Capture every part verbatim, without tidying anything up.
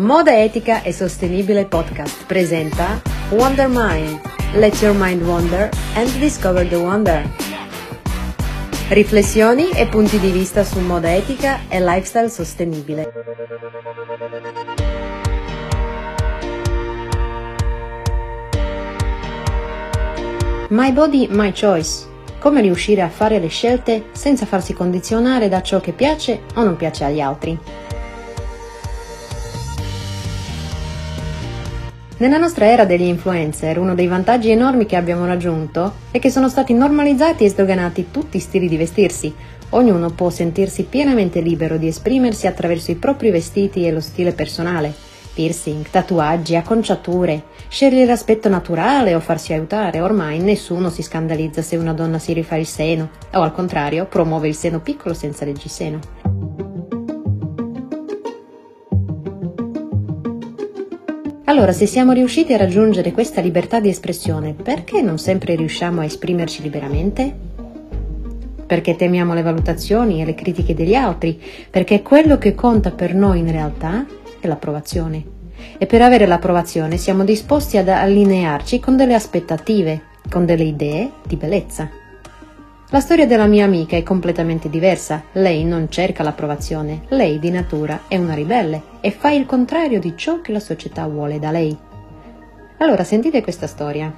Moda Etica e Sostenibile Podcast presenta Wonder Mind. Let your mind wander and discover the wonder. Riflessioni e punti di vista su moda etica e lifestyle sostenibile. My body, my choice. Come riuscire a fare le scelte senza farsi condizionare da ciò che piace o non piace agli altri. Nella nostra era degli influencer, uno dei vantaggi enormi che abbiamo raggiunto è che sono stati normalizzati e sdoganati tutti i stili di vestirsi. Ognuno può sentirsi pienamente libero di esprimersi attraverso i propri vestiti e lo stile personale. Piercing, tatuaggi, acconciature, scegliere l'aspetto naturale o farsi aiutare. Ormai nessuno si scandalizza se una donna si rifà il seno o al contrario promuove il seno piccolo senza reggiseno. Allora, se siamo riusciti a raggiungere questa libertà di espressione, perché non sempre riusciamo a esprimerci liberamente? Perché temiamo le valutazioni e le critiche degli altri, perché quello che conta per noi in realtà è l'approvazione. E per avere l'approvazione siamo disposti ad allinearci con delle aspettative, con delle idee di bellezza. La storia della mia amica è completamente diversa. Lei non cerca l'approvazione, lei di natura è una ribelle e fa il contrario di ciò che la società vuole da lei. Allora sentite questa storia.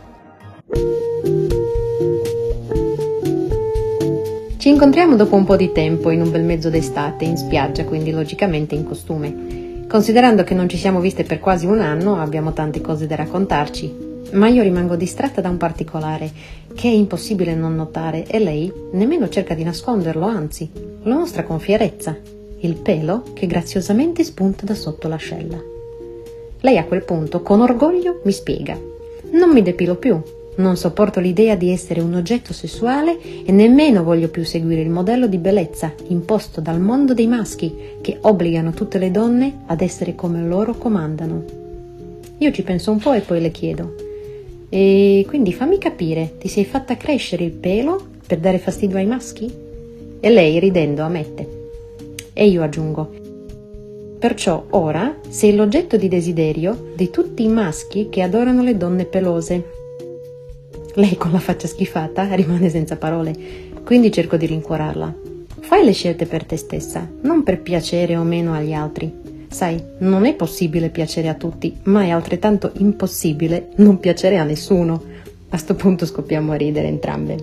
Ci incontriamo dopo un po' di tempo in un bel mezzo d'estate, in spiaggia, quindi logicamente in costume. Considerando che non ci siamo viste per quasi un anno, abbiamo tante cose da raccontarci. Ma io rimango distratta da un particolare che è impossibile non notare e lei nemmeno cerca di nasconderlo, anzi, lo mostra con fierezza, il pelo che graziosamente spunta da sotto l'ascella. Lei a quel punto, con orgoglio, mi spiega: non mi depilo più, non sopporto l'idea di essere un oggetto sessuale e nemmeno voglio più seguire il modello di bellezza imposto dal mondo dei maschi che obbligano tutte le donne ad essere come loro comandano. Io ci penso un po' e poi le chiedo: e quindi fammi capire, ti sei fatta crescere il pelo per dare fastidio ai maschi? E lei, ridendo, ammette. E io aggiungo: perciò ora sei l'oggetto di desiderio di tutti i maschi che adorano le donne pelose. Lei, con la faccia schifata, rimane senza parole, quindi cerco di rincuorarla. Fai le scelte per te stessa, non per piacere o meno agli altri. Sai, non è possibile piacere a tutti, ma è altrettanto impossibile non piacere a nessuno. A sto punto scoppiamo a ridere entrambe.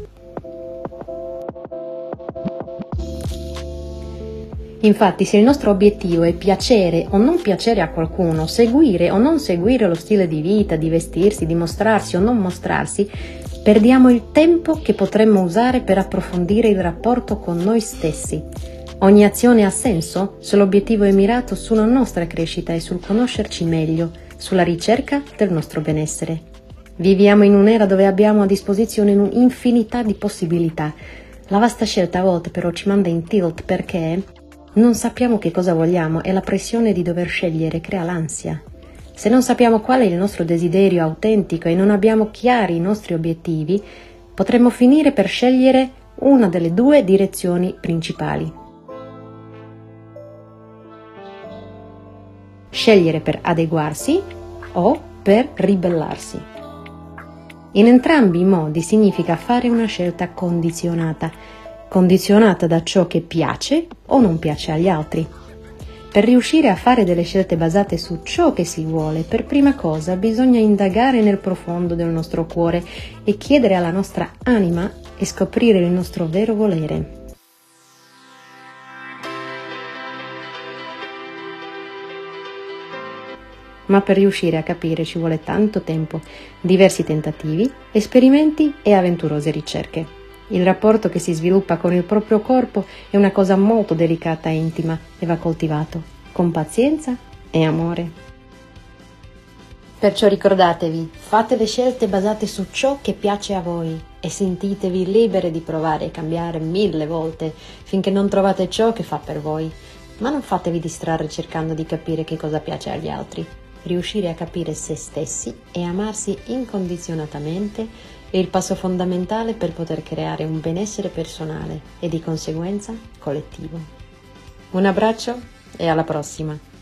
Infatti, se il nostro obiettivo è piacere o non piacere a qualcuno, seguire o non seguire lo stile di vita, di vestirsi, di mostrarsi o non mostrarsi, perdiamo il tempo che potremmo usare per approfondire il rapporto con noi stessi. Ogni azione ha senso se l'obiettivo è mirato sulla nostra crescita e sul conoscerci meglio, sulla ricerca del nostro benessere. Viviamo in un'era dove abbiamo a disposizione un'infinità di possibilità. La vasta scelta a volte però ci manda in tilt perché non sappiamo che cosa vogliamo e la pressione di dover scegliere crea l'ansia. Se non sappiamo qual è il nostro desiderio autentico e non abbiamo chiari i nostri obiettivi, potremmo finire per scegliere una delle due direzioni principali. Scegliere per adeguarsi o per ribellarsi. In entrambi i modi significa fare una scelta condizionata, condizionata da ciò che piace o non piace agli altri. Per riuscire a fare delle scelte basate su ciò che si vuole, per prima cosa bisogna indagare nel profondo del nostro cuore e chiedere alla nostra anima e scoprire il nostro vero volere. Ma per riuscire a capire ci vuole tanto tempo, diversi tentativi, esperimenti e avventurose ricerche. Il rapporto che si sviluppa con il proprio corpo è una cosa molto delicata e intima e va coltivato con pazienza e amore. Perciò ricordatevi, fate le scelte basate su ciò che piace a voi e sentitevi libere di provare e cambiare mille volte finché non trovate ciò che fa per voi. Ma non fatevi distrarre cercando di capire che cosa piace agli altri. Riuscire a capire se stessi e amarsi incondizionatamente è il passo fondamentale per poter creare un benessere personale e di conseguenza collettivo. Un abbraccio e alla prossima!